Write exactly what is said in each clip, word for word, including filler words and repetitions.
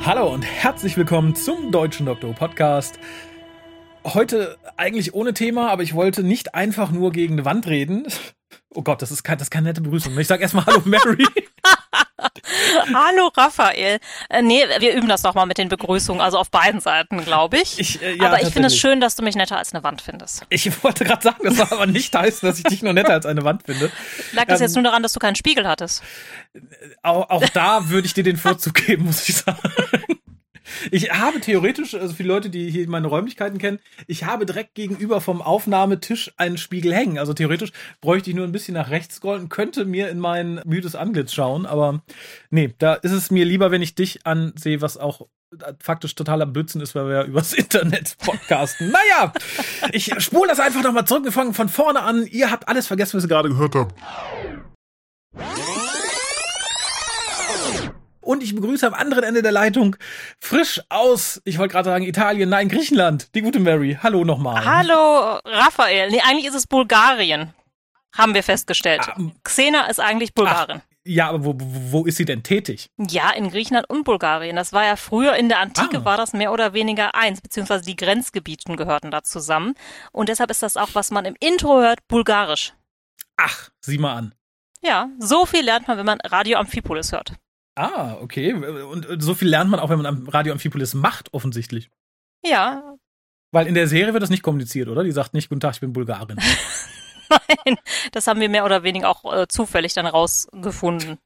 Hallo und herzlich willkommen zum Deutschen Doktor Podcast. Heute eigentlich ohne Thema, aber ich wollte nicht einfach nur gegen eine Wand reden. Oh Gott, das ist, kein, das ist keine nette Begrüßung. Ich sag erstmal Hallo Mary. Hallo Raphael. Äh, nee, wir üben das nochmal mit den Begrüßungen, also auf beiden Seiten, glaube ich. ich äh, ja, aber ich finde es schön, dass du mich netter als eine Wand findest. Ich wollte gerade sagen, das soll aber nicht heißen, dass ich dich nur netter als eine Wand finde. Lag das ähm, jetzt nur daran, dass du keinen Spiegel hattest? Auch, auch da würde ich dir den Vorzug geben, muss ich sagen. Ich habe theoretisch, also für die Leute, die hier meine Räumlichkeiten kennen, ich habe direkt gegenüber vom Aufnahmetisch einen Spiegel hängen. Also theoretisch bräuchte ich nur ein bisschen nach rechts scrollen und könnte mir in mein müdes Antlitz schauen. Aber nee, da ist es mir lieber, wenn ich dich ansehe, was auch faktisch totaler Blödsinn ist, weil wir ja übers Internet podcasten. Naja, ich spule das einfach nochmal zurück. Wir fangen von vorne an. Ihr habt alles vergessen, was ihr gerade gehört habt. Und ich begrüße am anderen Ende der Leitung frisch aus, ich wollte gerade sagen Italien, nein, Griechenland, die gute Mary. Hallo nochmal. Hallo Raphael. Nee, eigentlich ist es Bulgarien, haben wir festgestellt. Ah, Xena ist eigentlich Bulgarin. Ach, ja, aber wo, wo ist sie denn tätig? Ja, in Griechenland und Bulgarien. Das war ja früher in der Antike, ah. war das mehr oder weniger eins, beziehungsweise die Grenzgebiete gehörten da zusammen. Und deshalb ist das auch, was man im Intro hört, bulgarisch. Ach, sieh mal an. Ja, so viel lernt man, wenn man Radio Amphipolis hört. Ah, okay. Und so viel lernt man auch, wenn man am Radio Amphipolis macht, offensichtlich. Ja. Weil in der Serie wird das nicht kommuniziert, oder? Die sagt nicht, guten Tag, ich bin Bulgarin. Nein, das haben wir mehr oder weniger auch äh, zufällig dann rausgefunden.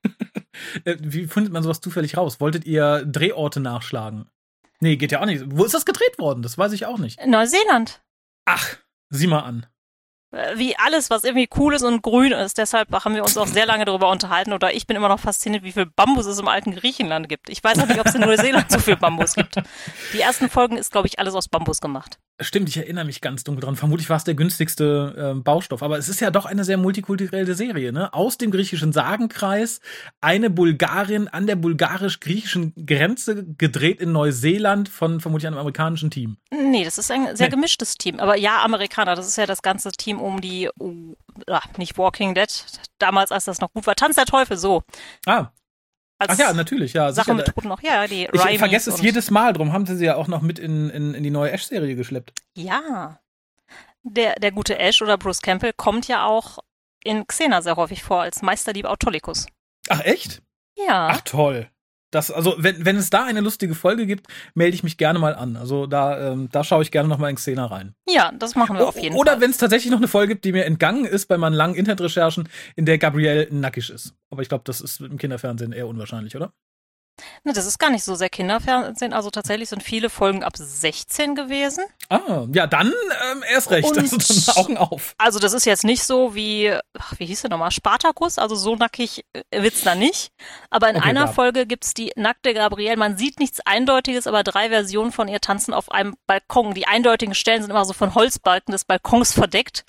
Wie findet man sowas zufällig raus? Wolltet ihr Drehorte nachschlagen? Nee, geht ja auch nicht. Wo ist das gedreht worden? Das weiß ich auch nicht. Neuseeland. Ach, sieh mal an. Wie alles, was irgendwie cool ist und grün ist. Deshalb haben wir uns auch sehr lange darüber unterhalten. Oder ich bin immer noch fasziniert, wie viel Bambus es im alten Griechenland gibt. Ich weiß auch nicht, ob es in Neuseeland so viel Bambus gibt. Die ersten Folgen ist, glaube ich, alles aus Bambus gemacht. Stimmt, ich erinnere mich ganz dunkel dran. Vermutlich war es der günstigste äh, Baustoff. Aber es ist ja doch eine sehr multikulturelle Serie, ne? Aus dem griechischen Sagenkreis, eine Bulgarin an der bulgarisch-griechischen Grenze, gedreht in Neuseeland von vermutlich einem amerikanischen Team. Nee, das ist ein sehr nee. gemischtes Team. Aber ja, Amerikaner, das ist ja das ganze Team um die, uh, nicht Walking Dead, damals, als das noch gut war, Tanz der Teufel, so. Ah. Ach ja, natürlich, ja. Sachen mit Toten noch, ja, die Ich vergesse es jedes Mal, drum haben sie sie ja auch noch mit in, in, in die neue Ash-Serie geschleppt. Ja. Der, der gute Ash oder Bruce Campbell kommt ja auch in Xena sehr häufig vor, als Meisterdieb Autolycus. Ach, echt? Ja. Ach, toll. Das, also, wenn, wenn es da eine lustige Folge gibt, melde ich mich gerne mal an. Also, da, ähm, da schaue ich gerne noch mal in Xena rein. Ja, das machen wir o- auf jeden oder Fall. Oder wenn es tatsächlich noch eine Folge gibt, die mir entgangen ist bei meinen langen Internetrecherchen, in der Gabrielle nackig ist. Aber ich glaube, das ist im Kinderfernsehen eher unwahrscheinlich, oder? Ne, das ist gar nicht so sehr Kinderfernsehen. Also tatsächlich sind viele Folgen ab sechzehn gewesen. Ah, ja, dann ähm, erst recht. Und also dann Augen auf. Also das ist jetzt nicht so wie, ach, wie hieß der nochmal, Spartacus, also so nackig wird's da nicht. Aber in Okay, einer klar. Folge gibt's die nackte Gabrielle. Man sieht nichts Eindeutiges, aber drei Versionen von ihr tanzen auf einem Balkon. Die eindeutigen Stellen sind immer so von Holzbalken des Balkons verdeckt.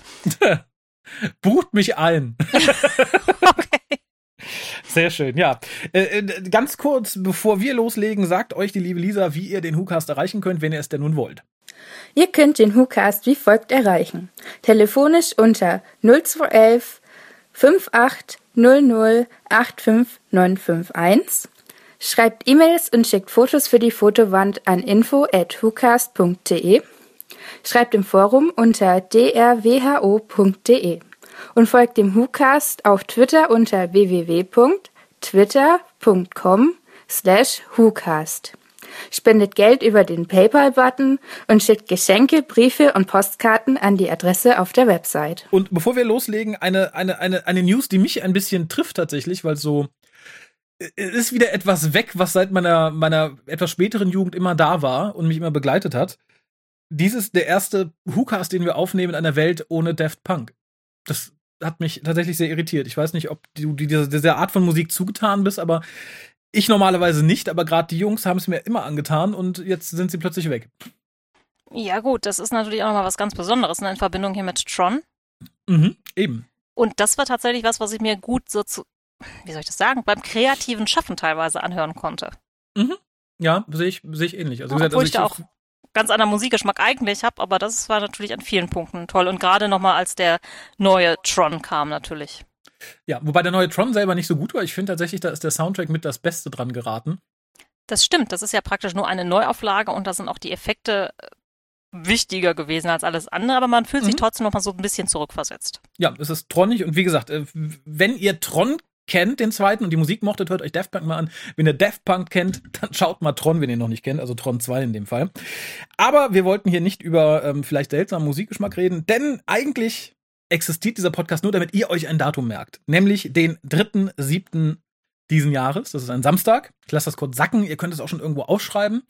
Bucht mich ein. Okay. Sehr schön, ja. Äh, ganz kurz, bevor wir loslegen, sagt euch die liebe Lisa, wie ihr den WhoCast erreichen könnt, wenn ihr es denn nun wollt. Ihr könnt den WhoCast wie folgt erreichen. Telefonisch unter null zwei eins fünf acht null null acht fünf neun fünf eins. Schreibt E-Mails und schickt Fotos für die Fotowand an info at whocast punkt de. Schreibt im Forum unter d r w h o punkt de. Und folgt dem WhoCast auf Twitter unter w w w punkt twitter punkt com slash WhoCast. Spendet Geld über den PayPal-Button und schickt Geschenke, Briefe und Postkarten an die Adresse auf der Website. Und bevor wir loslegen, eine, eine, eine, eine News, die mich ein bisschen trifft tatsächlich, weil so es ist wieder etwas weg, was seit meiner, meiner etwas späteren Jugend immer da war und mich immer begleitet hat. Dies ist der erste WhoCast, den wir aufnehmen in einer Welt ohne Daft Punk. Das hat mich tatsächlich sehr irritiert. Ich weiß nicht, ob du dieser, dieser Art von Musik zugetan bist, aber ich normalerweise nicht. Aber gerade die Jungs haben es mir immer angetan und jetzt sind sie plötzlich weg. Ja gut, das ist natürlich auch nochmal was ganz Besonderes, ne, in Verbindung hier mit Tron. Mhm, eben. Und das war tatsächlich was, was ich mir gut so zu, wie soll ich das sagen, beim kreativen Schaffen teilweise anhören konnte. Mhm. Ja, sehe ich, sehe ich ähnlich. Also, wie gesagt, Obwohl also ich da auch ganz anderen Musikgeschmack eigentlich habe, aber das war natürlich an vielen Punkten toll. Und gerade nochmal, als der neue Tron kam, natürlich. Ja, wobei der neue Tron selber nicht so gut war. Ich finde tatsächlich, da ist der Soundtrack mit das Beste dran geraten. Das stimmt, das ist ja praktisch nur eine Neuauflage und da sind auch die Effekte wichtiger gewesen als alles andere, aber man fühlt sich Mhm. trotzdem noch mal so ein bisschen zurückversetzt. Ja, es ist tronnig und wie gesagt, äh, wenn ihr Tron kennt, den zweiten, und die Musik mochtet, hört euch Daft Punk mal an. Wenn ihr Daft Punk kennt, dann schaut mal Tron, wenn ihr noch nicht kennt, also Tron zwei in dem Fall. Aber wir wollten hier nicht über ähm, vielleicht seltsamen Musikgeschmack reden, denn eigentlich existiert dieser Podcast nur, damit ihr euch ein Datum merkt, nämlich den dritten siebten diesen Jahres. Das ist ein Samstag. Ich lasse das kurz sacken, ihr könnt es auch schon irgendwo aufschreiben.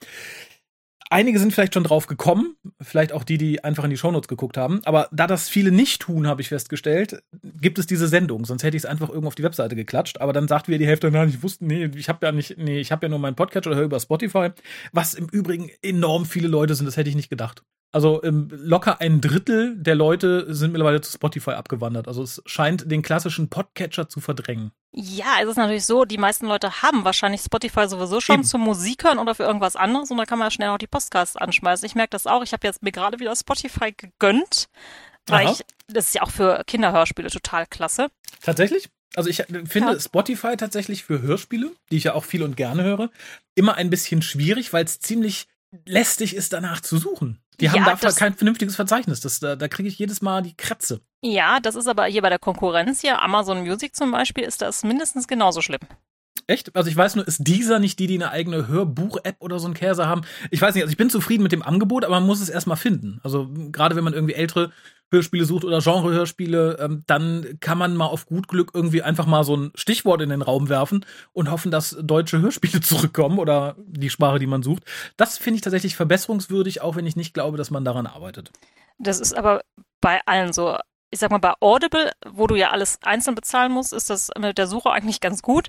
Einige sind vielleicht schon drauf gekommen, vielleicht auch die, die einfach in die Shownotes geguckt haben. Aber da das viele nicht tun, habe ich festgestellt, gibt es diese Sendung. Sonst hätte ich es einfach irgendwo auf die Webseite geklatscht. Aber dann sagt wieder die Hälfte, nein, ich wusste, nee, ich habe ja nicht, nee, ich habe ja nur meinen Podcast oder höre über Spotify. Was im Übrigen enorm viele Leute sind, das hätte ich nicht gedacht. Also ähm, locker ein Drittel der Leute sind mittlerweile zu Spotify abgewandert. Also es scheint den klassischen Podcatcher zu verdrängen. Ja, es ist natürlich so, die meisten Leute haben wahrscheinlich Spotify sowieso schon Eben. zum Musik hören oder für irgendwas anderes und da kann man ja schnell auch die Podcasts anschmeißen. Ich merke das auch. Ich habe jetzt mir gerade wieder Spotify gegönnt, weil Aha. ich, das ist ja auch für Kinderhörspiele total klasse. Tatsächlich? Also ich finde Ja. Spotify tatsächlich für Hörspiele, die ich ja auch viel und gerne höre, immer ein bisschen schwierig, weil es ziemlich lästig ist, danach zu suchen. Die haben Ja, dafür das- kein vernünftiges Verzeichnis. Das, da da kriege ich jedes Mal die Kratze. Ja, das ist aber hier bei der Konkurrenz hier, Amazon Music zum Beispiel, ist das mindestens genauso schlimm. Echt? Also ich weiß nur, ist dieser nicht die, die eine eigene Hörbuch-App oder so einen Käse haben? Ich weiß nicht, also ich bin zufrieden mit dem Angebot, aber man muss es erstmal finden. Also gerade wenn man irgendwie ältere Hörspiele sucht oder Genre-Hörspiele, ähm, dann kann man mal auf gut Glück irgendwie einfach mal so ein Stichwort in den Raum werfen und hoffen, dass deutsche Hörspiele zurückkommen oder die Sprache, die man sucht. Das finde ich tatsächlich verbesserungswürdig, auch wenn ich nicht glaube, dass man daran arbeitet. Das ist aber bei allen so. Ich sag mal, bei Audible, wo du ja alles einzeln bezahlen musst, ist das mit der Suche eigentlich ganz gut.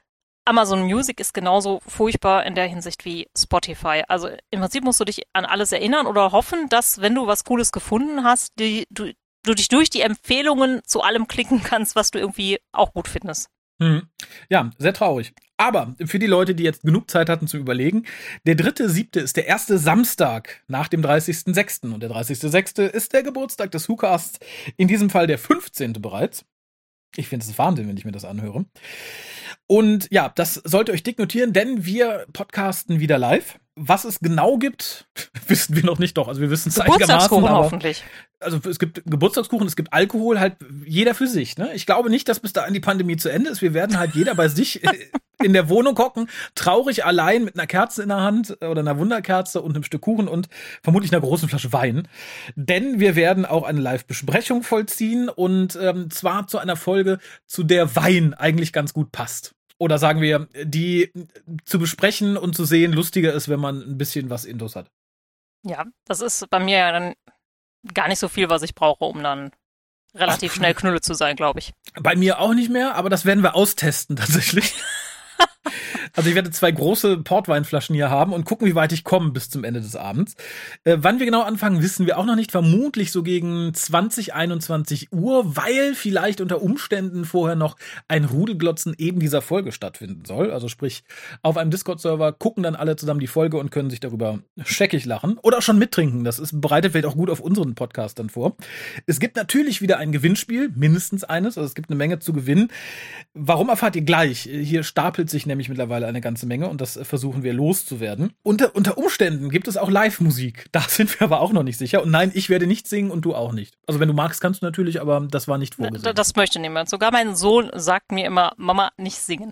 Amazon Music ist genauso furchtbar in der Hinsicht wie Spotify. Also im Prinzip musst du dich an alles erinnern oder hoffen, dass, wenn du was Cooles gefunden hast, die, du, du dich durch die Empfehlungen zu allem klicken kannst, was du irgendwie auch gut findest. Hm. Ja, sehr traurig. Aber für die Leute, die jetzt genug Zeit hatten zu überlegen, der dritte siebte ist der erste Samstag nach dem dreißigsten sechsten Und der dreißigste sechste ist der Geburtstag des WhoCasts. In diesem Fall der fünfzehnte bereits. Ich finde es Wahnsinn, wenn ich mir das anhöre. Und ja, das sollt ihr euch dick notieren, denn wir podcasten wieder live. Was es genau gibt, wissen wir noch nicht doch. Also wir wissen es einigermaßen. Geburtstagskuchen Aber hoffentlich. also es gibt Geburtstagskuchen, es gibt Alkohol, halt jeder für sich. Ne? Ich glaube nicht, dass bis dahin die Pandemie zu Ende ist. Wir werden halt jeder bei sich in der Wohnung hocken, traurig allein mit einer Kerze in der Hand oder einer Wunderkerze und einem Stück Kuchen und vermutlich einer großen Flasche Wein. Denn wir werden auch eine Live-Besprechung vollziehen und ähm, zwar zu einer Folge, zu der Wein eigentlich ganz gut passt. Oder sagen wir, die zu besprechen und zu sehen lustiger ist, wenn man ein bisschen was Intus hat. Ja, das ist bei mir ja dann gar nicht so viel, was ich brauche, um dann relativ Ach. schnell Knülle zu sein, glaube ich. Bei mir auch nicht mehr, aber das werden wir austesten tatsächlich. Also ich werde zwei große Portweinflaschen hier haben und gucken, wie weit ich komme bis zum Ende des Abends. Äh, wann wir genau anfangen, wissen wir auch noch nicht. Vermutlich so gegen zwanzig, einundzwanzig Uhr, weil vielleicht unter Umständen vorher noch ein Rudelglotzen eben dieser Folge stattfinden soll. Also sprich, auf einem Discord-Server gucken dann alle zusammen die Folge und können sich darüber scheckig lachen oder auch schon mittrinken. Das ist, bereitet vielleicht auch gut auf unseren Podcast dann vor. Es gibt natürlich wieder ein Gewinnspiel, mindestens eines. Also es gibt eine Menge zu gewinnen. Warum erfahrt ihr gleich? Hier stapelt sich nämlich mittlerweile eine ganze Menge und das versuchen wir loszuwerden. Unter, unter Umständen gibt es auch Live-Musik. Da sind wir aber auch noch nicht sicher. Und nein, ich werde nicht singen und du auch nicht. Also wenn du magst, kannst du natürlich, aber das war nicht vorgesehen. Das möchte niemand. Sogar mein Sohn sagt mir immer, Mama, nicht singen.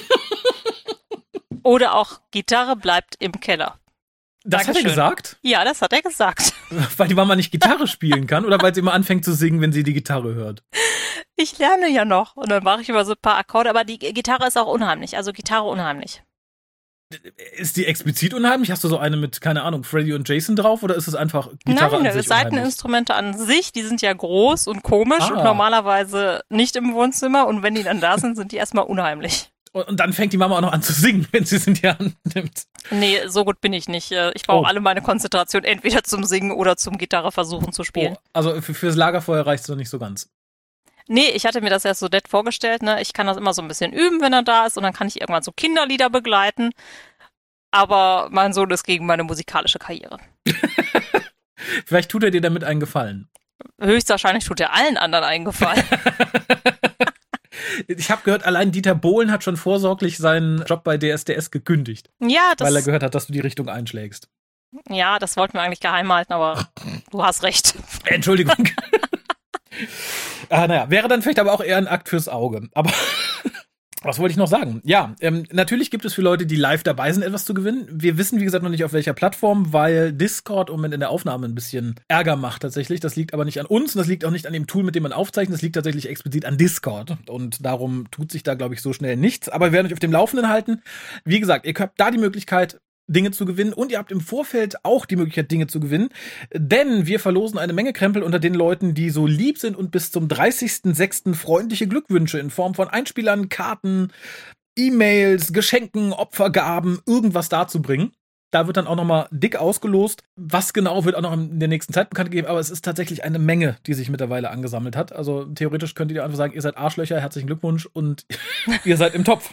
Oder auch, Gitarre bleibt im Keller. Das hat er Dankeschön. gesagt? Ja, das hat er gesagt. Weil die Mama nicht Gitarre spielen kann oder weil sie immer anfängt zu singen, wenn sie die Gitarre hört? Ich lerne ja noch und dann mache ich immer so ein paar Akkorde, aber die Gitarre ist auch unheimlich, also Gitarre unheimlich. Ist die explizit unheimlich? Hast du so eine mit, keine Ahnung, Freddy und Jason drauf oder ist es einfach Gitarre Nein, an sich unheimlich? Seiteninstrumente an sich, die sind ja groß und komisch Ah. und normalerweise nicht im Wohnzimmer und wenn die dann da sind, sind die erstmal unheimlich. Und, und dann fängt die Mama auch noch an zu singen, wenn sie es in die Hand nimmt. Nee, so gut bin ich nicht. Ich brauche Oh. alle meine Konzentration entweder zum Singen oder zum Gitarre versuchen zu spielen. Oh, also für, fürs Lagerfeuer reicht es noch nicht so ganz. Nee, ich hatte mir das erst so nett vorgestellt, ne? Ich kann das immer so ein bisschen üben, wenn er da ist und dann kann ich irgendwann so Kinderlieder begleiten. Aber mein Sohn ist gegen meine musikalische Karriere. Vielleicht tut er dir damit einen Gefallen. Höchstwahrscheinlich tut er allen anderen einen Gefallen. Ich habe gehört, allein Dieter Bohlen hat schon vorsorglich seinen Job bei D S D S gekündigt. Ja, das. Weil er gehört hat, dass du die Richtung einschlägst. Ja, das wollten wir eigentlich geheim halten, aber du hast recht. Entschuldigung. ah, naja, wäre dann vielleicht aber auch eher ein Akt fürs Auge. Aber was wollte ich noch sagen? Ja, ähm, natürlich gibt es für Leute, die live dabei sind, etwas zu gewinnen. Wir wissen, wie gesagt, noch nicht auf welcher Plattform, weil Discord im Moment in der Aufnahme ein bisschen Ärger macht tatsächlich. Das liegt aber nicht an uns und das liegt auch nicht an dem Tool, mit dem man aufzeichnet. Das liegt tatsächlich explizit an Discord. Und darum tut sich da, glaube ich, so schnell nichts. Aber wir werden euch auf dem Laufenden halten. Wie gesagt, ihr habt da die Möglichkeit, Dinge zu gewinnen und ihr habt im Vorfeld auch die Möglichkeit, Dinge zu gewinnen, denn wir verlosen eine Menge Krempel unter den Leuten, die so lieb sind und bis zum dreißigsten sechsten freundliche Glückwünsche in Form von Einspielern, Karten, E-Mails, Geschenken, Opfergaben, irgendwas dazu bringen. Da wird dann auch nochmal dick ausgelost. Was genau wird auch noch in der nächsten Zeit bekannt gegeben, aber es ist tatsächlich eine Menge, die sich mittlerweile angesammelt hat. Also theoretisch könnt ihr einfach sagen, ihr seid Arschlöcher, herzlichen Glückwunsch und ihr seid im Topf.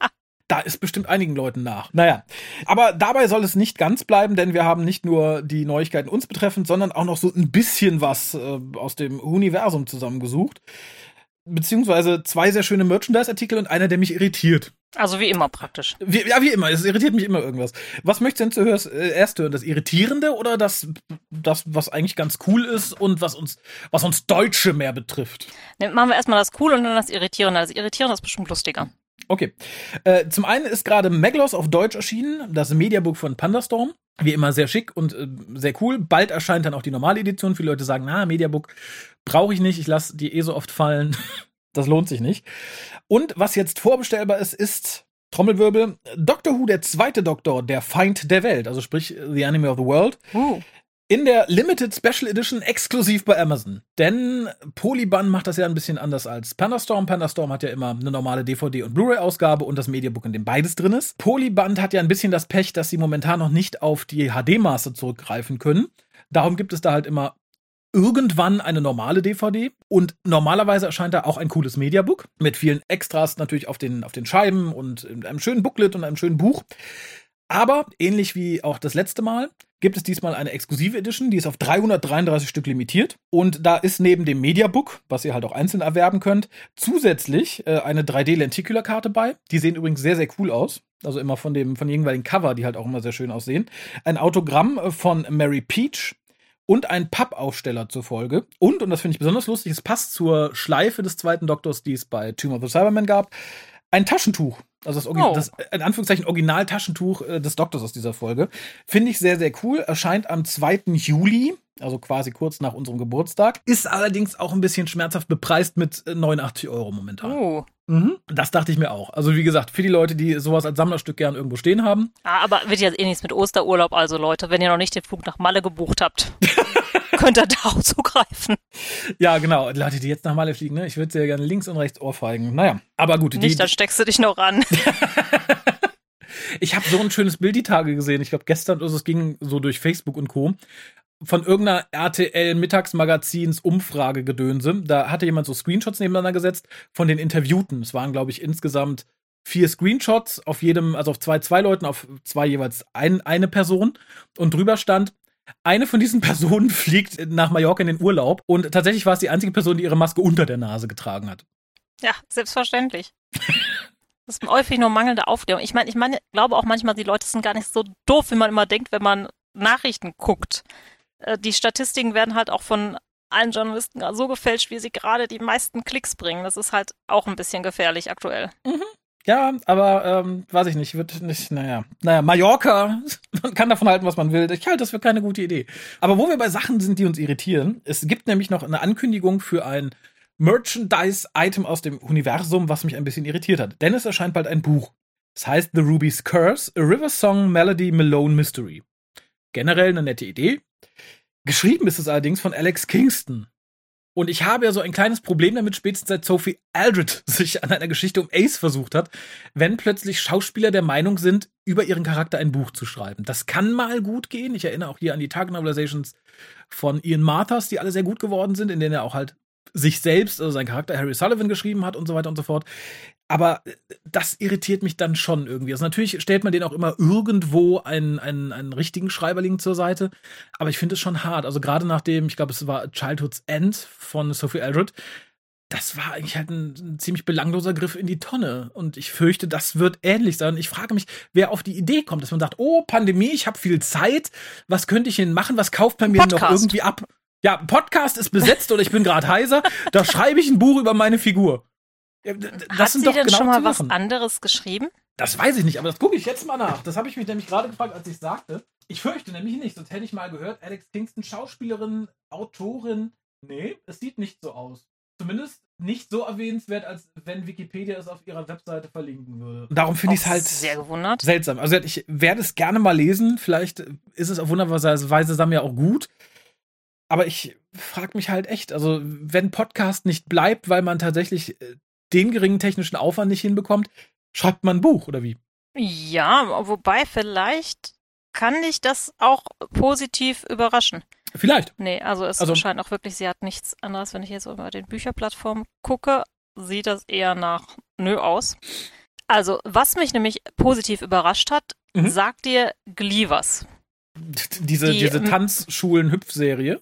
Da ist bestimmt einigen Leuten nach. Naja, aber dabei soll es nicht ganz bleiben, denn wir haben nicht nur die Neuigkeiten uns betreffend, sondern auch noch so ein bisschen was äh, aus dem Universum zusammengesucht. Beziehungsweise zwei sehr schöne Merchandise-Artikel und einer, der mich irritiert. Also wie immer praktisch. Wie, ja, wie immer. Es irritiert mich immer irgendwas. Was möchtest du denn zuerst äh, erst hören? Das Irritierende oder das, das, was eigentlich ganz cool ist und was uns, was uns Deutsche mehr betrifft? Ne, machen wir erstmal das Coole und dann das Irritierende. Das Irritierende ist bestimmt lustiger. Okay. Äh, zum einen ist gerade Meglos auf Deutsch erschienen, das Mediabook von Pandastorm. Wie immer sehr schick und äh, sehr cool. Bald erscheint dann auch die normale Edition. Viele Leute sagen, na, Mediabook brauche ich nicht, ich lasse die eh so oft fallen. Das lohnt sich nicht. Und was jetzt vorbestellbar ist, ist, Trommelwirbel, Doctor Who, der zweite Doktor, der Feind der Welt, also sprich The Enemy of the World. Uh. In der Limited Special Edition exklusiv bei Amazon. Denn Polyban macht das ja ein bisschen anders als Pandastorm. Pandastorm hat ja immer eine normale D V D- und Blu-ray-Ausgabe und das Mediabook, in dem beides drin ist. Polyband hat ja ein bisschen das Pech, dass sie momentan noch nicht auf die H D-Maße zurückgreifen können. Darum gibt es da halt immer irgendwann eine normale D V D und normalerweise erscheint da auch ein cooles Mediabook mit vielen Extras natürlich auf den, auf den Scheiben und einem schönen Booklet und einem schönen Buch. Aber ähnlich wie auch das letzte Mal gibt es diesmal eine exklusive Edition, die ist auf dreihundertdreiunddreißig Stück limitiert. Und da ist neben dem Mediabook, was ihr halt auch einzeln erwerben könnt, zusätzlich äh, eine drei D-Lenticular-Karte bei. Die sehen übrigens sehr, sehr cool aus. Also immer von dem von jeweiligen Cover, die halt auch immer sehr schön aussehen. Ein Autogramm von Mary Peach und ein Pappaufsteller zur Folge. Und, und das finde ich besonders lustig, es passt zur Schleife des zweiten Doktors, die es bei Tomb of the Cybermen gab, ein Taschentuch. Also das, Orgi- oh. das in Anführungszeichen Original-Taschentuch äh, des Doktors aus dieser Folge. Finde ich sehr, sehr cool. Erscheint am zweiten Juli, also quasi kurz nach unserem Geburtstag. Ist allerdings auch ein bisschen schmerzhaft bepreist mit neunundachtzig Euro momentan. Oh. Mhm. Das dachte ich mir auch. Also wie gesagt, für die Leute, die sowas als Sammlerstück gern irgendwo stehen haben. Ah, aber wird ja eh nichts mit Osterurlaub, also Leute, wenn ihr noch nicht den Flug nach Malle gebucht habt, könnt ihr da auch zugreifen. Ja, genau. Leute, die jetzt nach Malle fliegen, ne? Ich würde sehr gerne links und rechts ohrfeigen. Naja, aber gut. Nicht, die, dann steckst du dich noch ran. Ich habe so ein schönes Bild die Tage gesehen. Ich glaube, gestern, also es ging so durch Facebook und Co. Von irgendeiner R T L-Mittagsmagazins Umfragegedönse. Da hatte jemand so Screenshots nebeneinander gesetzt von den Interviewten. Es waren, glaube ich, insgesamt vier Screenshots auf jedem, also auf zwei, zwei Leuten, auf zwei jeweils ein, eine Person. Und drüber stand, eine von diesen Personen fliegt nach Mallorca in den Urlaub. Und tatsächlich war es die einzige Person, die ihre Maske unter der Nase getragen hat. Ja, selbstverständlich. Das ist häufig nur mangelnde Aufklärung. Ich meine, ich meine, glaube auch manchmal, die Leute sind gar nicht so doof, wie man immer denkt, wenn man Nachrichten guckt. Äh, die Statistiken werden halt auch von allen Journalisten so gefälscht, wie sie gerade die meisten Klicks bringen. Das ist halt auch ein bisschen gefährlich aktuell. Mhm. Ja, aber, ähm, weiß ich nicht, wird nicht, naja, naja, Mallorca, man kann davon halten, was man will. Ich halte das für keine gute Idee. Aber wo wir bei Sachen sind, die uns irritieren, es gibt nämlich noch eine Ankündigung für ein Merchandise-Item aus dem Universum, was mich ein bisschen irritiert hat. Denn es erscheint bald ein Buch. Es heißt The Ruby's Curse, A River Song Melody Malone Mystery. Generell eine nette Idee. Geschrieben ist es allerdings von Alex Kingston. Und ich habe ja so ein kleines Problem damit, spätestens seit Sophie Aldred sich an einer Geschichte um Ace versucht hat, wenn plötzlich Schauspieler der Meinung sind, über ihren Charakter ein Buch zu schreiben. Das kann mal gut gehen. Ich erinnere auch hier an die Target Novelizations von Ian Marthas, die alle sehr gut geworden sind, in denen er auch halt sich selbst, also sein Charakter Harry Sullivan geschrieben hat und so weiter und so fort. Aber das irritiert mich dann schon irgendwie. Also natürlich stellt man den auch immer irgendwo einen, einen, einen richtigen Schreiberling zur Seite. Aber ich finde es schon hart. Also gerade nachdem, ich glaube, es war Childhood's End von Sophie Aldred, das war eigentlich halt ein, ein ziemlich belangloser Griff in die Tonne. Und ich fürchte, das wird ähnlich sein. Ich frage mich, wer auf die Idee kommt, dass man sagt, oh, Pandemie, ich habe viel Zeit, was könnte ich denn machen, was kauft man mir Podcast. noch irgendwie ab? Ja, Podcast ist besetzt oder ich bin gerade heiser, da schreibe ich ein Buch über meine Figur. Das Hat sind sie doch denn genau schon mal die was Sachen. anderes geschrieben? Das weiß ich nicht, aber das gucke ich jetzt mal nach. Das habe ich mich nämlich gerade gefragt, als ich sagte. Ich fürchte nämlich nicht, sonst hätte ich mal gehört, Alex Kingston, Schauspielerin, Autorin. Nee, es sieht nicht so aus. Zumindest nicht so erwähnenswert, als wenn Wikipedia es auf ihrer Webseite verlinken würde. Darum finde ich es halt sehr gewundert. Seltsam. Also ich werde es gerne mal lesen. Vielleicht ist es auf wunderbare Weise Sam ja auch gut. Aber ich frage mich halt echt, also wenn Podcast nicht bleibt, weil man tatsächlich den geringen technischen Aufwand nicht hinbekommt, schreibt man ein Buch, oder wie? Ja, wobei vielleicht kann dich das auch positiv überraschen. Vielleicht. Nee, also es Also- scheint auch wirklich, sie hat nichts anderes. Wenn ich jetzt über den Bücherplattformen gucke, sieht das eher nach nö aus. Also, was mich nämlich positiv überrascht hat, Mhm. sagt dir Glee was. Diese, Die, diese ähm, Tanzschulen-Hüpfserie.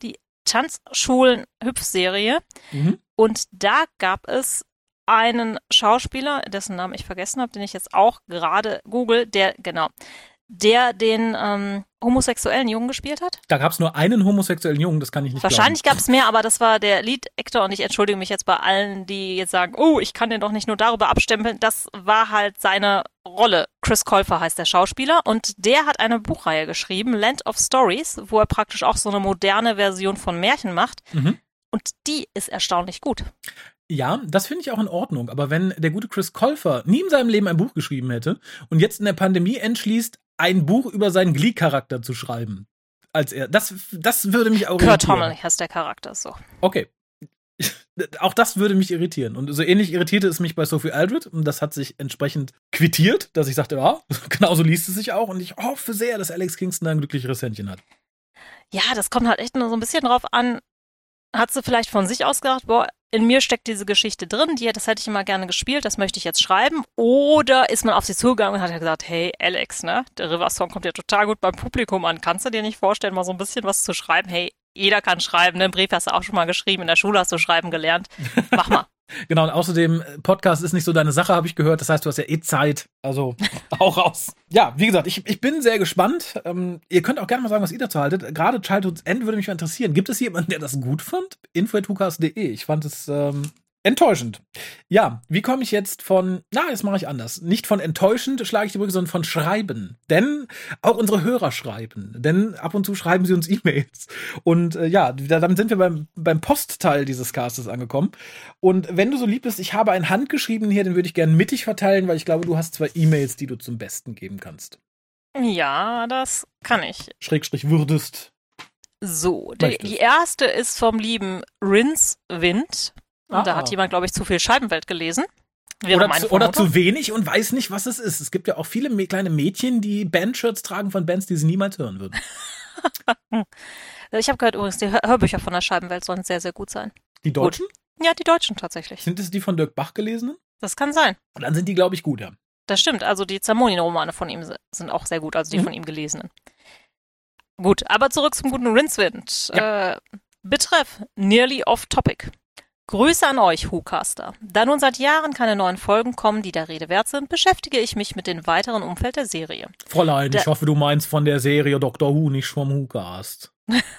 Tanzschulen-Hüpfserie. Mhm. Und da gab es einen Schauspieler, dessen Namen ich vergessen habe, den ich jetzt auch gerade google, der, genau, der den ähm, homosexuellen Jungen gespielt hat. Da gab es nur einen homosexuellen Jungen, das kann ich nicht Wahrscheinlich gab es mehr, aber das war der Lead-Actor und ich entschuldige mich jetzt bei allen, die jetzt sagen, oh, ich kann den doch nicht nur darüber abstempeln. Das war halt seine Rolle. Chris Colfer heißt der Schauspieler und der hat eine Buchreihe geschrieben, Land of Stories, wo er praktisch auch so eine moderne Version von Märchen macht. glauben. Mhm. Und die ist erstaunlich gut. Ja, das finde ich auch in Ordnung. Aber wenn der gute Chris Colfer nie in seinem Leben ein Buch geschrieben hätte und jetzt in der Pandemie entschließt, ein Buch über seinen Glee-Charakter zu schreiben, als er, das, das würde mich auch Kurt irritieren. Honnell heißt der Charakter so. Okay. Auch das würde mich irritieren. Und so ähnlich irritierte es mich bei Sophie Aldred. Und das hat sich entsprechend quittiert, dass ich sagte, ja, genauso liest es sich auch. Und ich hoffe sehr, dass Alex Kingston ein glücklicheres Händchen hat. Ja, das kommt halt echt nur so ein bisschen drauf an. Hat sie vielleicht von sich aus gedacht, boah, in mir steckt diese Geschichte drin, die, das hätte ich immer gerne gespielt, das möchte ich jetzt schreiben. Oder ist man auf sie zugegangen und hat ja gesagt, hey Alex, ne, der River Song kommt ja total gut beim Publikum an. Kannst du dir nicht vorstellen, mal so ein bisschen was zu schreiben? Hey, jeder kann schreiben, ne? Einen Brief hast du auch schon mal geschrieben, in der Schule hast du schreiben gelernt. Mach mal. Genau, und außerdem, Podcast ist nicht so deine Sache, habe ich gehört. Das heißt, du hast ja eh Zeit. Also, auch raus. Ja, wie gesagt, ich, ich bin sehr gespannt. Ähm, ihr könnt auch gerne mal sagen, was ihr dazu haltet. Gerade Childhood's End würde mich mal interessieren. Gibt es jemanden, der das gut fand? info at hukas punkt de. Ich fand es ähm, enttäuschend. Ja, wie komme ich jetzt von, na, jetzt mache ich anders. Nicht von enttäuschend schlage ich die Brücke, sondern von schreiben. Denn auch unsere Hörer schreiben. Denn ab und zu schreiben sie uns E-Mails. Und äh, ja, da- damit sind wir beim, beim Postteil dieses Castes angekommen. Und wenn du so lieb bist, ich habe einen handgeschriebenen hier, den würde ich gerne mittig verteilen, weil ich glaube, du hast zwei E-Mails, die du zum Besten geben kannst. Ja, das kann ich. Schrägstrich würdest. So, die, Möchtest. die erste ist vom lieben Rince Wind. Und da Ah. hat jemand, glaube ich, zu viel Scheibenwelt gelesen. Wäre Oder meine zu, oder Vermutung. zu wenig und weiß nicht, was es ist. Es gibt ja auch viele me- kleine Mädchen, die Bandshirts tragen von Bands, die sie niemals hören würden. Ich habe gehört übrigens, die Hör Hörbücher von der Scheibenwelt sollen sehr, sehr gut sein. Die Deutschen? Ja, die Deutschen tatsächlich. Sind es die von Dirk Bach gelesenen? Das kann sein. Und dann sind die, glaube ich, gut, ja. Das stimmt. Also die Zamonin-Romane von ihm sind auch sehr gut, also die Mhm. von ihm gelesenen. Gut, aber zurück zum guten Rincewind. Äh, Betreff Nearly Off Topic. Grüße an euch, WhoCaster. Da nun seit Jahren keine neuen Folgen kommen, die der Rede wert sind, beschäftige ich mich mit dem weiteren Umfeld der Serie. Fräulein, Der- ich hoffe, du meinst von der Serie Doctor Who, nicht vom WhoCast.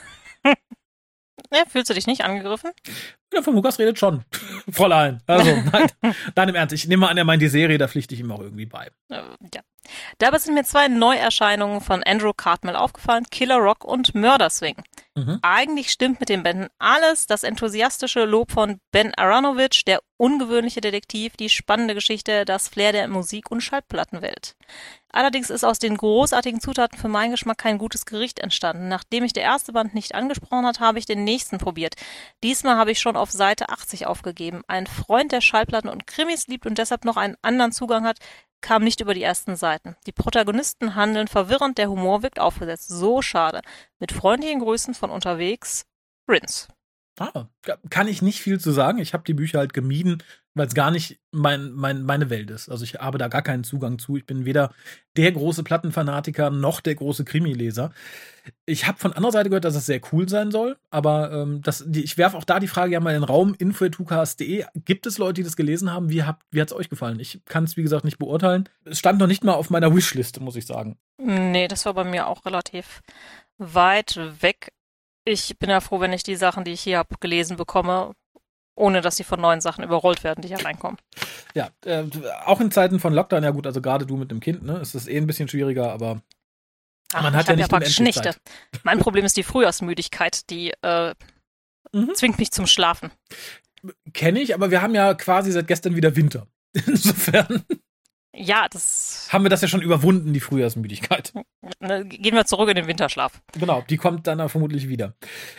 Ja, fühlst du dich nicht angegriffen? Ja, vom WhoCast redet schon. Fräulein. Also, nein, nein, im Ernst. Ich nehme mal an, er meint die Serie, da pflichte ich ihm auch irgendwie bei. Äh, ja. Dabei sind mir zwei Neuerscheinungen von Andrew Cartmel aufgefallen, Killer Rock und Mörderswing. Mhm. Eigentlich stimmt mit den Bänden alles, das enthusiastische Lob von Ben Aronovich, der ungewöhnliche Detektiv, die spannende Geschichte, das Flair der Musik- und Schallplattenwelt. Allerdings ist aus den großartigen Zutaten für meinen Geschmack kein gutes Gericht entstanden. Nachdem mich der erste Band nicht angesprochen hat, habe ich den nächsten probiert. Diesmal habe ich schon auf Seite achtzig aufgegeben. Ein Freund, der Schallplatten und Krimis liebt und deshalb noch einen anderen Zugang hat, kam nicht über die ersten Seiten. Die Protagonisten handeln verwirrend, der Humor wirkt aufgesetzt. So schade. Mit freundlichen Grüßen von unterwegs, Rince. Ah, kann ich nicht viel zu sagen. Ich habe die Bücher halt gemieden, weil es gar nicht mein, mein, meine Welt ist. Also ich habe da gar keinen Zugang zu. Ich bin weder der große Plattenfanatiker noch der große Krimileser. Ich habe von anderer Seite gehört, dass es sehr cool sein soll, aber ähm, das, die, ich werfe auch da die Frage ja mal in den Raum, info at hucast punkt de. Gibt es Leute, die das gelesen haben? Wie, hab, wie hat es euch gefallen? Ich kann es, wie gesagt, nicht beurteilen. Es stand noch nicht mal auf meiner Wishliste, muss ich sagen. Nee, das war bei mir auch relativ weit weg. Ich bin ja froh, wenn ich die Sachen, die ich hier habe, gelesen bekomme, ohne dass sie von neuen Sachen überrollt werden, die hier reinkommen. Ja, äh, auch in Zeiten von Lockdown, ja gut, also gerade du mit dem Kind, ne, ist es eh ein bisschen schwieriger, aber Ach, man hat ich ja hab nicht praktisch unendlich Nächte. Zeit. Mein Problem ist die Frühjahrsmüdigkeit, die äh, mhm. zwingt mich zum Schlafen. Kenne ich, aber wir haben ja quasi seit gestern wieder Winter. Insofern ja, das haben wir das ja schon überwunden, die Frühjahrsmüdigkeit. Gehen wir zurück in den Winterschlaf. Genau, die kommt dann vermutlich wieder.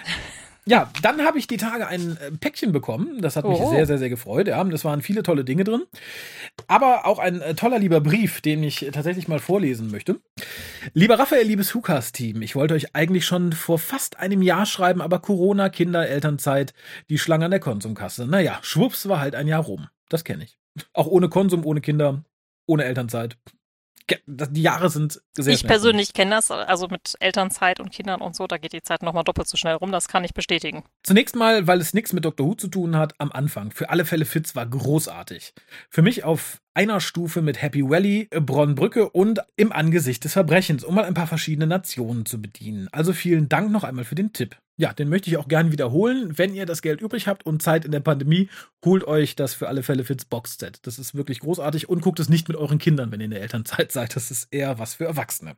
Ja, dann habe ich die Tage ein Päckchen bekommen. Das hat mich oh. sehr, sehr, sehr gefreut. Ja, es waren viele tolle Dinge drin. Aber auch ein toller, lieber Brief, den ich tatsächlich mal vorlesen möchte. Lieber Raphael, liebes Hucast-Team, ich wollte euch eigentlich schon vor fast einem Jahr schreiben, aber Corona, Kinder, Elternzeit, die Schlange an der Konsumkasse. Naja, schwupps war halt ein Jahr rum. Das kenne ich. Auch ohne Konsum, ohne Kinder, ohne Elternzeit. Die Jahre sind sehr Ich persönlich kenne das, also mit Elternzeit und Kindern und so, da geht die Zeit nochmal doppelt so schnell rum, das kann ich bestätigen. Zunächst mal, weil es nichts mit Doktor Who zu tun hat, am Anfang. Für alle Fälle Fitz war großartig. Für mich auf einer Stufe mit Happy Valley, Bronnbrücke und Im Angesicht des Verbrechens, um mal ein paar verschiedene Nationen zu bedienen. Also vielen Dank noch einmal für den Tipp. Ja, den möchte ich auch gern wiederholen. Wenn ihr das Geld übrig habt und Zeit in der Pandemie, holt euch das für alle Fälle Fitz Boxset. Das ist wirklich großartig und guckt es nicht mit euren Kindern, wenn ihr in der Elternzeit seid. Das ist eher was für Erwachsene.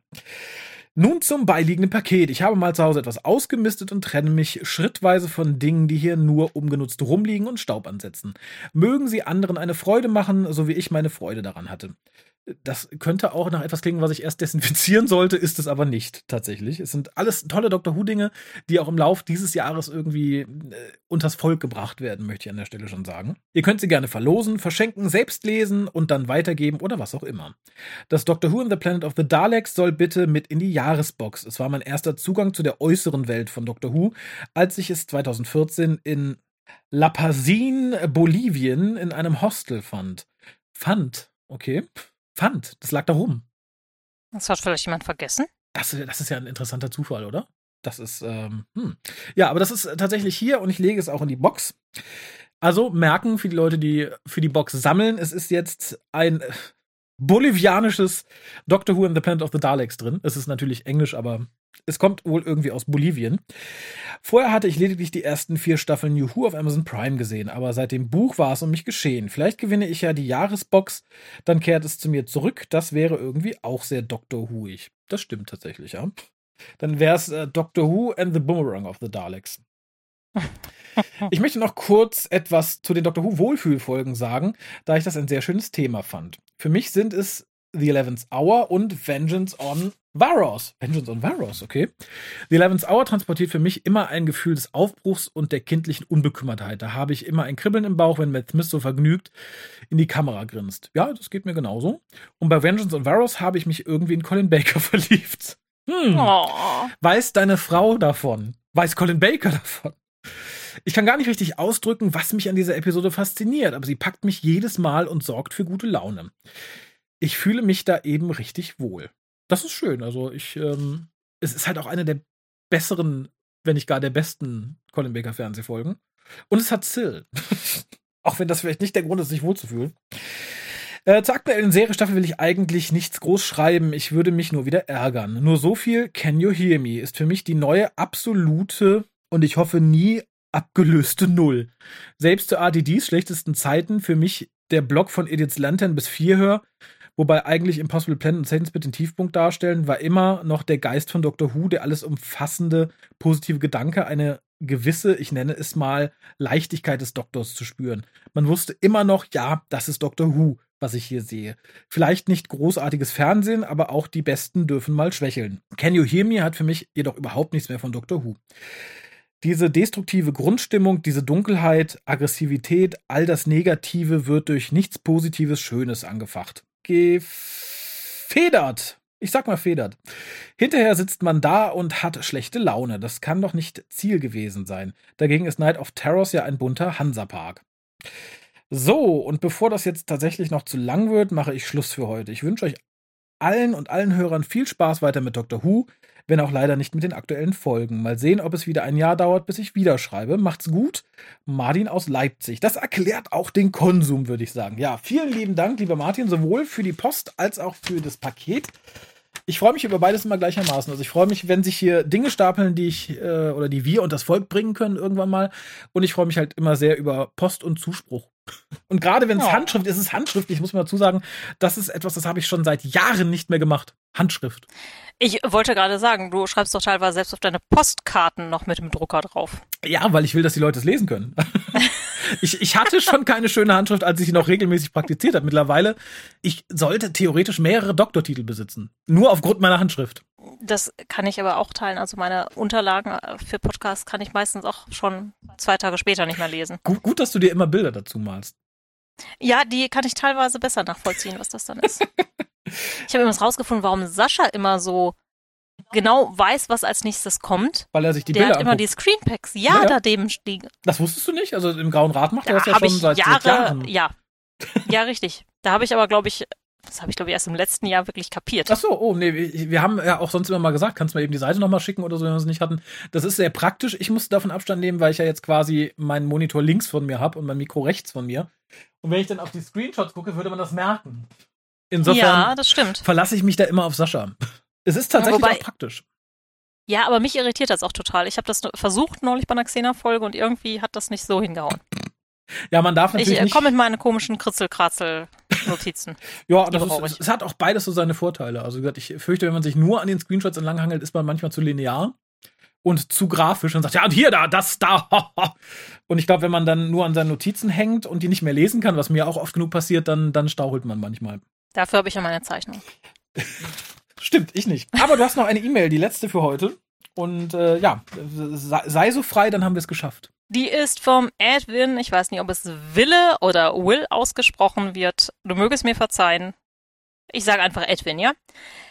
Nun zum beiliegenden Paket. Ich habe mal zu Hause etwas ausgemistet und trenne mich schrittweise von Dingen, die hier nur ungenutzt rumliegen und Staub ansetzen. Mögen sie anderen eine Freude machen, so wie ich meine Freude daran hatte. Das könnte auch nach etwas klingen, was ich erst desinfizieren sollte, ist es aber nicht tatsächlich. Es sind alles tolle Doctor Who-Dinge, die auch im Lauf dieses Jahres irgendwie äh, unters Volk gebracht werden, möchte ich an der Stelle schon sagen. Ihr könnt sie gerne verlosen, verschenken, selbst lesen und dann weitergeben oder was auch immer. Das Doctor Who and the Planet of the Daleks soll bitte mit in die Jahresbox. Es war mein erster Zugang zu der äußeren Welt von Doctor Who, als ich es zweitausendvierzehn in La Pazine, Bolivien, in einem Hostel fand. Fand, okay. Fand. Das lag da rum. Das hat vielleicht jemand vergessen? Das, das ist ja ein interessanter Zufall, oder? Das ist, ähm, hm. Ja, aber das ist tatsächlich hier und ich lege es auch in die Box. Also merken für die Leute, die für die Box sammeln, es ist jetzt ein bolivianisches Doctor Who and the Planet of the Daleks drin. Es ist natürlich Englisch, aber es kommt wohl irgendwie aus Bolivien. Vorher hatte ich lediglich die ersten vier Staffeln New Who auf Amazon Prime gesehen, aber seit dem Buch war es um mich geschehen. Vielleicht gewinne ich ja die Jahresbox, dann kehrt es zu mir zurück. Das wäre irgendwie auch sehr Doctor Who-ig. Das stimmt tatsächlich, ja. Dann wäre es äh, Doctor Who and the Boomerang of the Daleks. Ich möchte noch kurz etwas zu den Doctor Who Wohlfühlfolgen sagen, da ich das ein sehr schönes Thema fand. Für mich sind es The Eleventh Hour und Vengeance on Varos. Vengeance on Varos, okay. The Eleventh Hour transportiert für mich immer ein Gefühl des Aufbruchs und der kindlichen Unbekümmertheit. Da habe ich immer ein Kribbeln im Bauch, wenn Matt Smith so vergnügt in die Kamera grinst. Ja, das geht mir genauso. Und bei Vengeance on Varos habe ich mich irgendwie in Colin Baker verliebt. Hm. Oh. Weiß deine Frau davon? Weiß Colin Baker davon? Ich kann gar nicht richtig ausdrücken, was mich an dieser Episode fasziniert, aber sie packt mich jedes Mal und sorgt für gute Laune. Ich fühle mich da eben richtig wohl. Das ist schön. Also ich, ähm, es ist halt auch eine der besseren, wenn nicht gar der besten Colin Baker Fernsehfolgen. Und es hat Sil. Auch wenn das vielleicht nicht der Grund ist, sich wohlzufühlen. Äh, zur aktuellen Serienstaffel will ich eigentlich nichts groß schreiben. Ich würde mich nur wieder ärgern. Nur so viel Can You Hear Me ist für mich die neue absolute und ich hoffe nie abgelöste Null. Selbst zu A D Ds schlechtesten Zeiten für mich der Block von Edith's Lantern bis Vierhör, wobei eigentlich Impossible Planet und Satan's Pit den Tiefpunkt darstellen, war immer noch der Geist von Doctor Who, der alles umfassende positive Gedanke, eine gewisse, ich nenne es mal, Leichtigkeit des Doktors zu spüren. Man wusste immer noch, ja, das ist Doctor Who, was ich hier sehe. Vielleicht nicht großartiges Fernsehen, aber auch die Besten dürfen mal schwächeln. Can You Hear Me hat für mich jedoch überhaupt nichts mehr von Doctor Who. Diese destruktive Grundstimmung, diese Dunkelheit, Aggressivität, all das Negative wird durch nichts Positives, Schönes angefacht. Gefedert Ich sag mal federt. Hinterher sitzt man da und hat schlechte Laune. Das kann doch nicht Ziel gewesen sein. Dagegen ist Night of Terrors ja ein bunter Hansapark. So, und bevor das jetzt tatsächlich noch zu lang wird, mache ich Schluss für heute. Ich wünsche euch allen und allen Hörern viel Spaß weiter mit Doctor Who, wenn auch leider nicht mit den aktuellen Folgen. Mal sehen, ob es wieder ein Jahr dauert, bis ich wieder schreibe. Macht's gut. Martin aus Leipzig. Das erklärt auch den Konsum, würde ich sagen. Ja, vielen lieben Dank, lieber Martin, sowohl für die Post als auch für das Paket. Ich freue mich über beides immer gleichermaßen. Also ich freue mich, wenn sich hier Dinge stapeln, die ich äh, oder die wir und das Volk bringen können irgendwann mal. Und ich freue mich halt immer sehr über Post und Zuspruch. Und gerade wenn es Ja. Handschrift ist, ist es handschriftlich, muss man dazu sagen, das ist etwas, das habe ich schon seit Jahren nicht mehr gemacht. Handschrift. Ich wollte gerade sagen, du schreibst doch teilweise selbst auf deine Postkarten noch mit dem Drucker drauf. Ja, weil ich will, dass die Leute es lesen können. ich, ich hatte schon keine schöne Handschrift, als ich sie noch regelmäßig praktiziert habe. Mittlerweile, ich sollte theoretisch mehrere Doktortitel besitzen. Nur aufgrund meiner Handschrift. Das kann ich aber auch teilen. Also meine Unterlagen für Podcasts kann ich meistens auch schon zwei Tage später nicht mehr lesen. Gut, gut, dass du dir immer Bilder dazu malst. Ja, die kann ich teilweise besser nachvollziehen, was das dann ist. Ich habe übrigens rausgefunden, warum Sascha immer so genau weiß, was als nächstes kommt. Weil er sich die Der Bilder hat immer anguckt. die Screenpacks. Ja, Ja, ja. da dem liegen. Das wusstest du nicht? Also im Grauen Rat macht er Da das ja habe schon ich seit, Jahre, seit Jahren. ja, ja, richtig. Da habe ich aber, glaube ich, das habe ich, glaube ich, erst im letzten Jahr wirklich kapiert. Ach so, oh nee, wir wir haben ja auch sonst immer mal gesagt, kannst du mir eben die Seite nochmal schicken oder so, wenn wir es nicht hatten. Das ist sehr praktisch. Ich musste davon Abstand nehmen, weil ich ja jetzt quasi meinen Monitor links von mir habe und mein Mikro rechts von mir. Und wenn ich dann auf die Screenshots gucke, würde man das merken. Insofern Ja, das stimmt. verlasse ich mich da immer auf Sascha. Es ist tatsächlich Wobei- auch praktisch. Ja, aber mich irritiert das auch total. Ich habe das versucht neulich bei einer Xena-Folge und irgendwie hat das nicht so hingehauen. Ja, man darf Ich natürlich äh, nicht... komme mit meinen komischen Kritzel-Kratzel-Notizen. Ja, die das brauche ist, ich. es hat auch beides so seine Vorteile. Also wie gesagt, ich fürchte, wenn man sich nur an den Screenshots entlanghangelt, ist man manchmal zu linear und zu grafisch und sagt, ja, und hier, da, das, da. Und ich glaube, wenn man dann nur an seinen Notizen hängt und die nicht mehr lesen kann, was mir auch oft genug passiert, dann, dann stauchelt man manchmal. Dafür habe ich ja meine Zeichnung. Stimmt, ich nicht. Aber du hast noch eine E-Mail, die letzte für heute. Und äh, ja, sei, sei so frei, dann haben wir es geschafft. Die ist vom Edwin. Ich weiß nicht, ob es Wille oder Will ausgesprochen wird. Du mögest mir verzeihen. Ich sage einfach Edwin, ja?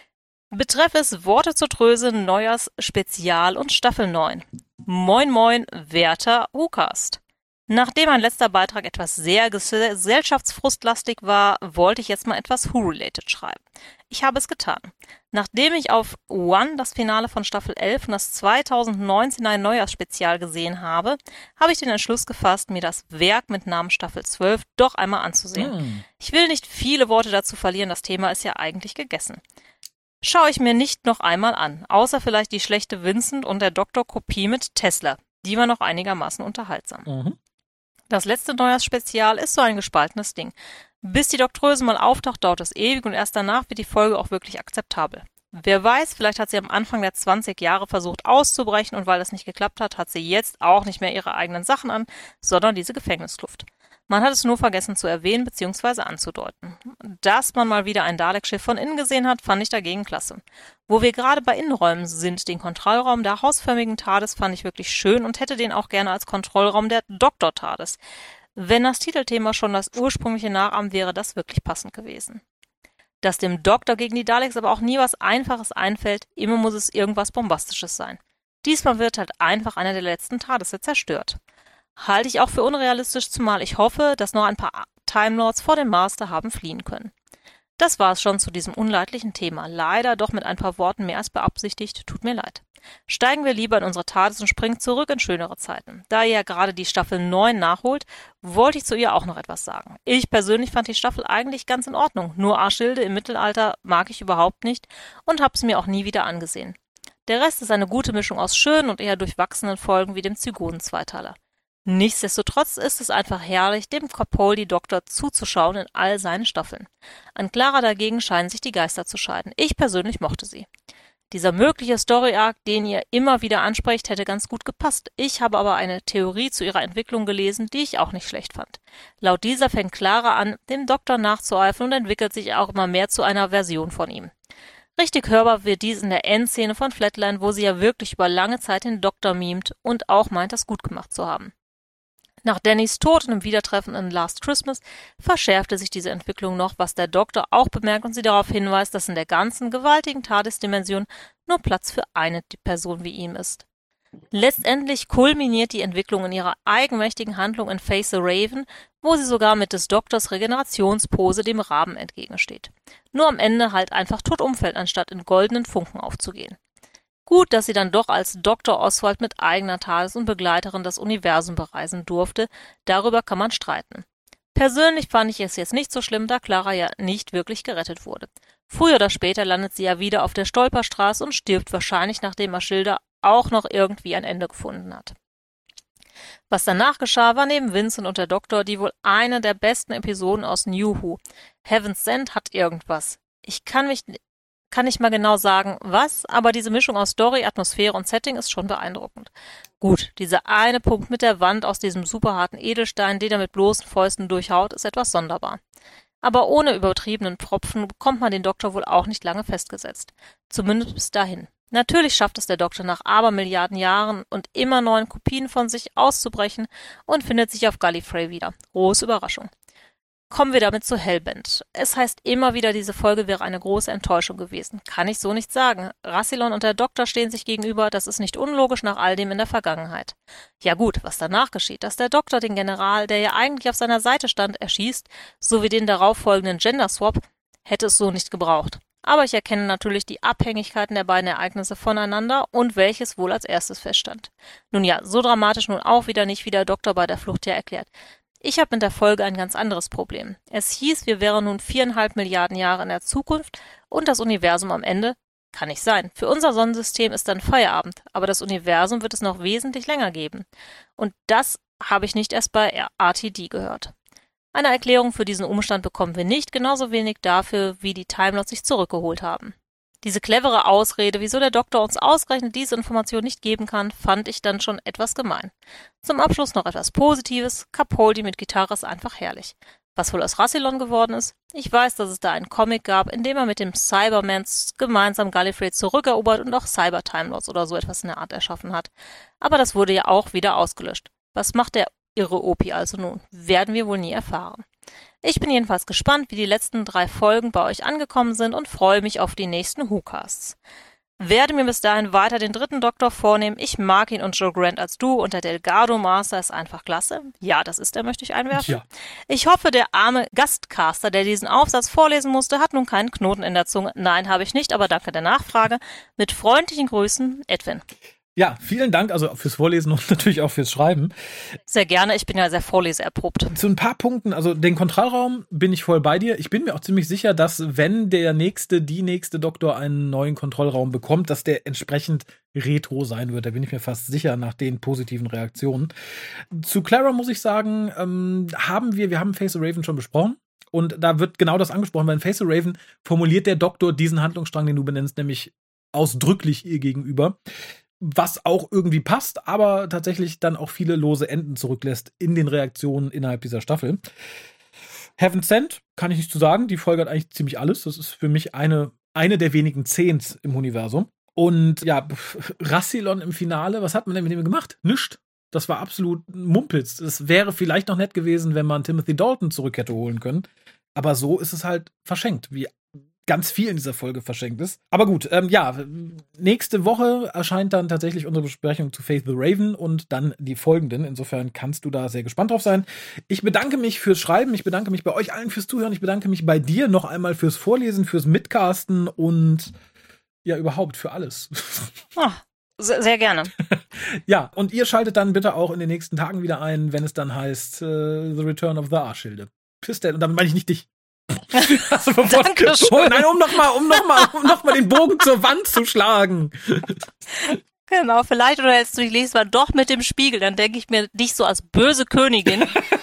Betreff es Worte zur Tröse, Neujahrs Spezial und Staffel neun. Moin moin, werter WhoCast. Nachdem mein letzter Beitrag etwas sehr gesellschaftsfrustlastig war, wollte ich jetzt mal etwas Who-related schreiben. Ich habe es getan. Nachdem ich auf One das Finale von Staffel elf und das zweitausendneunzehn ein Neujahrsspezial gesehen habe, habe ich den Entschluss gefasst, mir das Werk mit Namen Staffel zwölf doch einmal anzusehen. Hm. Ich will nicht viele Worte dazu verlieren, das Thema ist ja eigentlich gegessen. Schaue ich mir nicht noch einmal an, außer vielleicht die schlechte Vincent und der Doktor-Kopie mit Tesla. Die war noch einigermaßen unterhaltsam. Mhm. Das letzte Neujahrsspezial ist so ein gespaltenes Ding. Bis die Doktröse mal auftaucht, dauert es ewig und erst danach wird die Folge auch wirklich akzeptabel. Wer weiß, vielleicht hat sie am Anfang der zwanzig Jahre versucht auszubrechen und weil das nicht geklappt hat, hat sie jetzt auch nicht mehr ihre eigenen Sachen an, sondern diese Gefängniskluft. Man hat es nur vergessen zu erwähnen bzw. anzudeuten. Dass man mal wieder ein Dalek-Schiff von innen gesehen hat, fand ich dagegen klasse. Wo wir gerade bei Innenräumen sind, den Kontrollraum der hausförmigen TARDIS fand ich wirklich schön und hätte den auch gerne als Kontrollraum der Doktor-TARDIS. Wenn das Titelthema schon das ursprüngliche nachahmen, wäre das wirklich passend gewesen. Dass dem Doktor gegen die Daleks aber auch nie was Einfaches einfällt, immer muss es irgendwas Bombastisches sein. Diesmal wird halt einfach einer der letzten TARDISe zerstört. Halte ich auch für unrealistisch, zumal ich hoffe, dass noch ein paar Time Lords vor dem Master haben fliehen können. Das war es schon zu diesem unleidlichen Thema. Leider doch mit ein paar Worten mehr als beabsichtigt, tut mir leid. Steigen wir lieber in unsere TARDIS und springen zurück in schönere Zeiten. Da ihr ja gerade die Staffel neun nachholt, wollte ich zu ihr auch noch etwas sagen. Ich persönlich fand die Staffel eigentlich ganz in Ordnung, nur Arschilde im Mittelalter mag ich überhaupt nicht und hab's mir auch nie wieder angesehen. Der Rest ist eine gute Mischung aus schönen und eher durchwachsenen Folgen wie dem Zygonen-Zweiteiler. Nichtsdestotrotz ist es einfach herrlich, dem Capaldi-Doktor zuzuschauen in all seinen Staffeln. An Clara dagegen scheinen sich die Geister zu scheiden. Ich persönlich mochte sie. Dieser mögliche Story-Arc, den ihr immer wieder ansprecht, hätte ganz gut gepasst. Ich habe aber eine Theorie zu ihrer Entwicklung gelesen, die ich auch nicht schlecht fand. Laut dieser fängt Clara an, dem Doktor nachzueifern und entwickelt sich auch immer mehr zu einer Version von ihm. Richtig hörbar wird dies in der Endszene von Flatline, wo sie ja wirklich über lange Zeit den Doktor mimt und auch meint, das gut gemacht zu haben. Nach Dannys Tod und dem Wiedertreffen in Last Christmas verschärfte sich diese Entwicklung noch, was der Doktor auch bemerkt und sie darauf hinweist, dass in der ganzen gewaltigen TARDIS-Dimension nur Platz für eine Person wie ihm ist. Letztendlich kulminiert die Entwicklung in ihrer eigenmächtigen Handlung in Face the Raven, wo sie sogar mit des Doktors Regenerationspose dem Raben entgegensteht. Nur am Ende halt einfach tot umfällt, anstatt in goldenen Funken aufzugehen. Gut, dass sie dann doch als Doktor Oswald mit eigener TARDIS und Begleiterin das Universum bereisen durfte, darüber kann man streiten. Persönlich fand ich es jetzt nicht so schlimm, da Clara ja nicht wirklich gerettet wurde. Früher oder später landet sie ja wieder auf der Stolperstraße und stirbt wahrscheinlich, nachdem Maschilda auch noch irgendwie ein Ende gefunden hat. Was danach geschah, war neben Vincent und der Doktor die wohl eine der besten Episoden aus New Who. Heaven's Sent hat irgendwas. Ich kann mich kann nicht mal genau sagen, was, aber diese Mischung aus Story, Atmosphäre und Setting ist schon beeindruckend. Gut, dieser eine Punkt mit der Wand aus diesem superharten Edelstein, den er mit bloßen Fäusten durchhaut, ist etwas sonderbar. Aber ohne übertriebenen Propfen bekommt man den Doktor wohl auch nicht lange festgesetzt. Zumindest bis dahin. Natürlich schafft es der Doktor nach Abermilliarden Jahren und immer neuen Kopien von sich auszubrechen und findet sich auf Gallifrey wieder. Große Überraschung. Kommen wir damit zu Hellbent. Es heißt immer wieder, diese Folge wäre eine große Enttäuschung gewesen. Kann ich so nicht sagen. Rassilon und der Doktor stehen sich gegenüber, das ist nicht unlogisch nach all dem in der Vergangenheit. Ja gut, was danach geschieht, dass der Doktor den General, der ja eigentlich auf seiner Seite stand, erschießt, sowie den darauffolgenden Gender-Swap, hätte es so nicht gebraucht. Aber ich erkenne natürlich die Abhängigkeiten der beiden Ereignisse voneinander und welches wohl als erstes feststand. Nun ja, so dramatisch nun auch wieder nicht, wie der Doktor bei der Flucht ja erklärt. Ich habe mit der Folge ein ganz anderes Problem. Es hieß, wir wären nun viereinhalb Milliarden Jahre in der Zukunft und das Universum am Ende. Kann nicht sein. Für unser Sonnensystem ist dann Feierabend, aber das Universum wird es noch wesentlich länger geben. Und das habe ich nicht erst bei R T D gehört. Eine Erklärung für diesen Umstand bekommen wir nicht, genauso wenig dafür, wie die Timelords sich zurückgeholt haben. Diese clevere Ausrede, wieso der Doktor uns ausgerechnet diese Information nicht geben kann, fand ich dann schon etwas gemein. Zum Abschluss noch etwas Positives. Capaldi mit Gitarre ist einfach herrlich. Was wohl aus Rassilon geworden ist? Ich weiß, dass es da einen Comic gab, in dem er mit dem Cyberman gemeinsam Gallifrey zurückerobert und auch Cyber-Timelords oder so etwas in der Art erschaffen hat. Aber das wurde ja auch wieder ausgelöscht. Was macht der irre O P also nun? Werden wir wohl nie erfahren. Ich bin jedenfalls gespannt, wie die letzten drei Folgen bei euch angekommen sind und freue mich auf die nächsten Whocasts. Werde mir bis dahin weiter den dritten Doktor vornehmen. Ich mag ihn und Joe Grant als Duo und der Delgado Master ist einfach klasse. Ja, das ist er, möchte ich einwerfen. Ja. Ich hoffe, der arme Gastcaster, der diesen Aufsatz vorlesen musste, hat nun keinen Knoten in der Zunge. Nein, habe ich nicht, aber danke der Nachfrage. Mit freundlichen Grüßen, Edwin. Ja, vielen Dank also fürs Vorlesen und natürlich auch fürs Schreiben. Sehr gerne, ich bin ja sehr vorleseerprobt. Zu ein paar Punkten, also den Kontrollraum bin ich voll bei dir. Ich bin mir auch ziemlich sicher, dass wenn der nächste, die nächste Doktor einen neuen Kontrollraum bekommt, dass der entsprechend retro sein wird. Da bin ich mir fast sicher nach den positiven Reaktionen. Zu Clara muss ich sagen, ähm, haben wir, wir haben Face the Raven schon besprochen. Und da wird genau das angesprochen, weil in Face the Raven formuliert der Doktor diesen Handlungsstrang, den du benennst, nämlich ausdrücklich ihr gegenüber. Was auch irgendwie passt, aber tatsächlich dann auch viele lose Enden zurücklässt in den Reaktionen innerhalb dieser Staffel. Heaven's Sent kann ich nicht zu sagen. Die Folge hat eigentlich ziemlich alles. Das ist für mich eine, eine der wenigen Zehns im Universum. Und ja, Rassilon im Finale, was hat man denn mit dem gemacht? Nischt. Das war absolut Mumpitz. Es wäre vielleicht noch nett gewesen, wenn man Timothy Dalton zurück hätte holen können. Aber so ist es halt verschenkt, wie ganz viel in dieser Folge verschenkt ist. Aber gut, ähm, ja, nächste Woche erscheint dann tatsächlich unsere Besprechung zu Faith the Raven und dann die folgenden. Insofern kannst du da sehr gespannt drauf sein. Ich bedanke mich fürs Schreiben, ich bedanke mich bei euch allen fürs Zuhören, ich bedanke mich bei dir noch einmal fürs Vorlesen, fürs Mitcasten und ja, überhaupt für alles. Oh, sehr, sehr gerne. Ja, und ihr schaltet dann bitte auch in den nächsten Tagen wieder ein, wenn es dann heißt uh, The Return of the Arschilde. Bis denn, und damit meine ich nicht dich. Also, Dankeschön. Oh, nein, um nochmal um noch mal, um noch mal den Bogen zur Wand zu schlagen. Genau, vielleicht unterhältst du dich nächstes Mal doch mit dem Spiegel, dann denke ich mir dich so als böse Königin.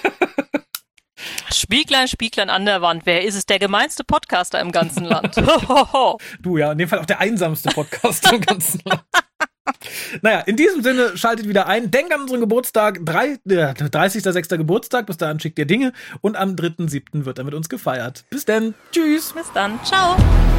Spieglein, Spieglein an der Wand, wer ist es? Der gemeinste Podcaster im ganzen Land. Du ja, in dem Fall auch der einsamste Podcaster im ganzen Land. Naja, in diesem Sinne, schaltet wieder ein. Denkt an unseren Geburtstag, drei, äh, dreißigster sechster Geburtstag. Bis dahin schickt ihr Dinge. Und am dritten siebten wird er mit uns gefeiert. Bis dann. Tschüss. Bis dann. Ciao.